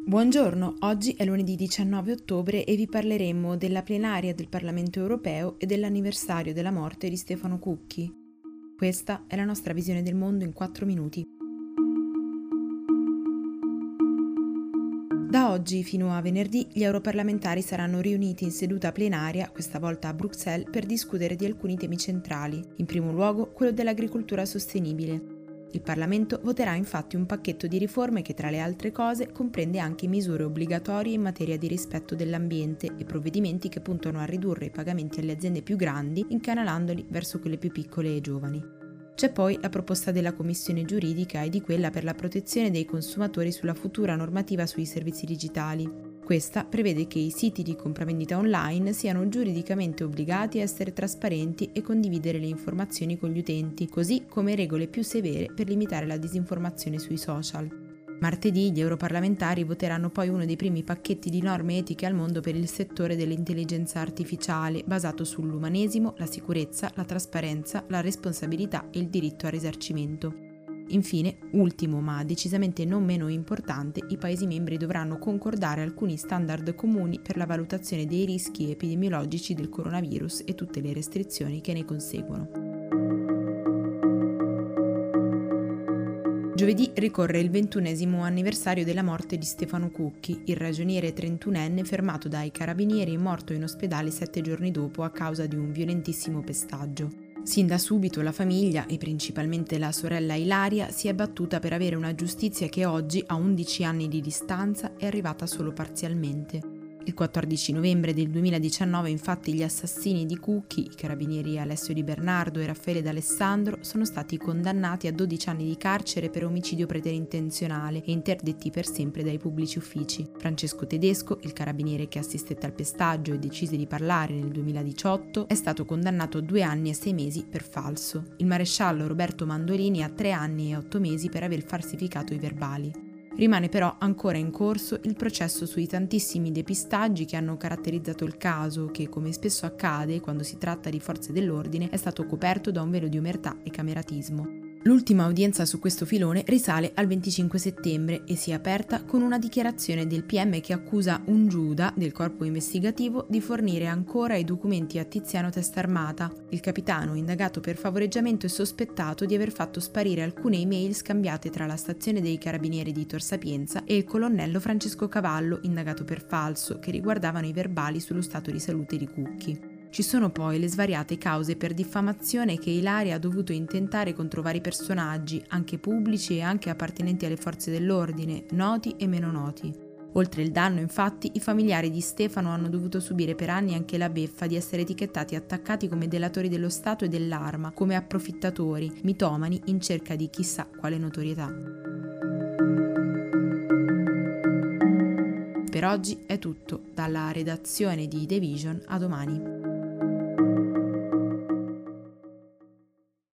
Buongiorno, oggi è lunedì 19 ottobre e vi parleremo della plenaria del Parlamento europeo e dell'anniversario della morte di Stefano Cucchi. Questa è la nostra visione del mondo in 4 minuti. Da oggi fino a venerdì gli europarlamentari saranno riuniti in seduta plenaria, questa volta a Bruxelles, per discutere di alcuni temi centrali, in primo luogo quello dell'agricoltura sostenibile. Il Parlamento voterà infatti un pacchetto di riforme che tra le altre cose comprende anche misure obbligatorie in materia di rispetto dell'ambiente e provvedimenti che puntano a ridurre i pagamenti alle aziende più grandi, incanalandoli verso quelle più piccole e giovani. C'è poi la proposta della Commissione giuridica e di quella per la protezione dei consumatori sulla futura normativa sui servizi digitali. Questa prevede che i siti di compravendita online siano giuridicamente obbligati a essere trasparenti e condividere le informazioni con gli utenti, così come regole più severe per limitare la disinformazione sui social. Martedì gli europarlamentari voteranno poi uno dei primi pacchetti di norme etiche al mondo per il settore dell'intelligenza artificiale, basato sull'umanesimo, la sicurezza, la trasparenza, la responsabilità e il diritto al risarcimento. Infine, ultimo ma decisamente non meno importante, i Paesi membri dovranno concordare alcuni standard comuni per la valutazione dei rischi epidemiologici del coronavirus e tutte le restrizioni che ne conseguono. Giovedì ricorre il 21° anniversario della morte di Stefano Cucchi, il ragioniere 31enne fermato dai carabinieri e morto in ospedale 7 giorni dopo a causa di un violentissimo pestaggio. Sin da subito la famiglia, e principalmente la sorella Ilaria, si è battuta per avere una giustizia che oggi, a 11 anni di distanza, è arrivata solo parzialmente. Il 14 novembre del 2019, infatti, gli assassini di Cucchi, i carabinieri Alessio Di Bernardo e Raffaele D'Alessandro, sono stati condannati a 12 anni di carcere per omicidio preterintenzionale e interdetti per sempre dai pubblici uffici. Francesco Tedesco, il carabiniere che assistette al pestaggio e decise di parlare nel 2018, è stato condannato a 2 anni e 6 mesi per falso. Il maresciallo Roberto Mandolini a 3 anni e 8 mesi per aver falsificato i verbali. Rimane però ancora in corso il processo sui tantissimi depistaggi che hanno caratterizzato il caso, che, come spesso accade quando si tratta di forze dell'ordine, è stato coperto da un velo di omertà e cameratismo. L'ultima udienza su questo filone risale al 25 settembre e si è aperta con una dichiarazione del PM che accusa un Giuda del corpo investigativo di fornire ancora i documenti a Tiziano Testarmata, il capitano indagato per favoreggiamento e sospettato di aver fatto sparire alcune email scambiate tra la stazione dei carabinieri di Tor Sapienza e il colonnello Francesco Cavallo, indagato per falso, che riguardavano i verbali sullo stato di salute di Cucchi. Ci sono poi le svariate cause per diffamazione che Ilaria ha dovuto intentare contro vari personaggi, anche pubblici e anche appartenenti alle forze dell'ordine, noti e meno noti. Oltre il danno, infatti, i familiari di Stefano hanno dovuto subire per anni anche la beffa di essere etichettati e attaccati come delatori dello Stato e dell'arma, come approfittatori, mitomani in cerca di chissà quale notorietà. Per oggi è tutto, dalla redazione di The Vision a domani.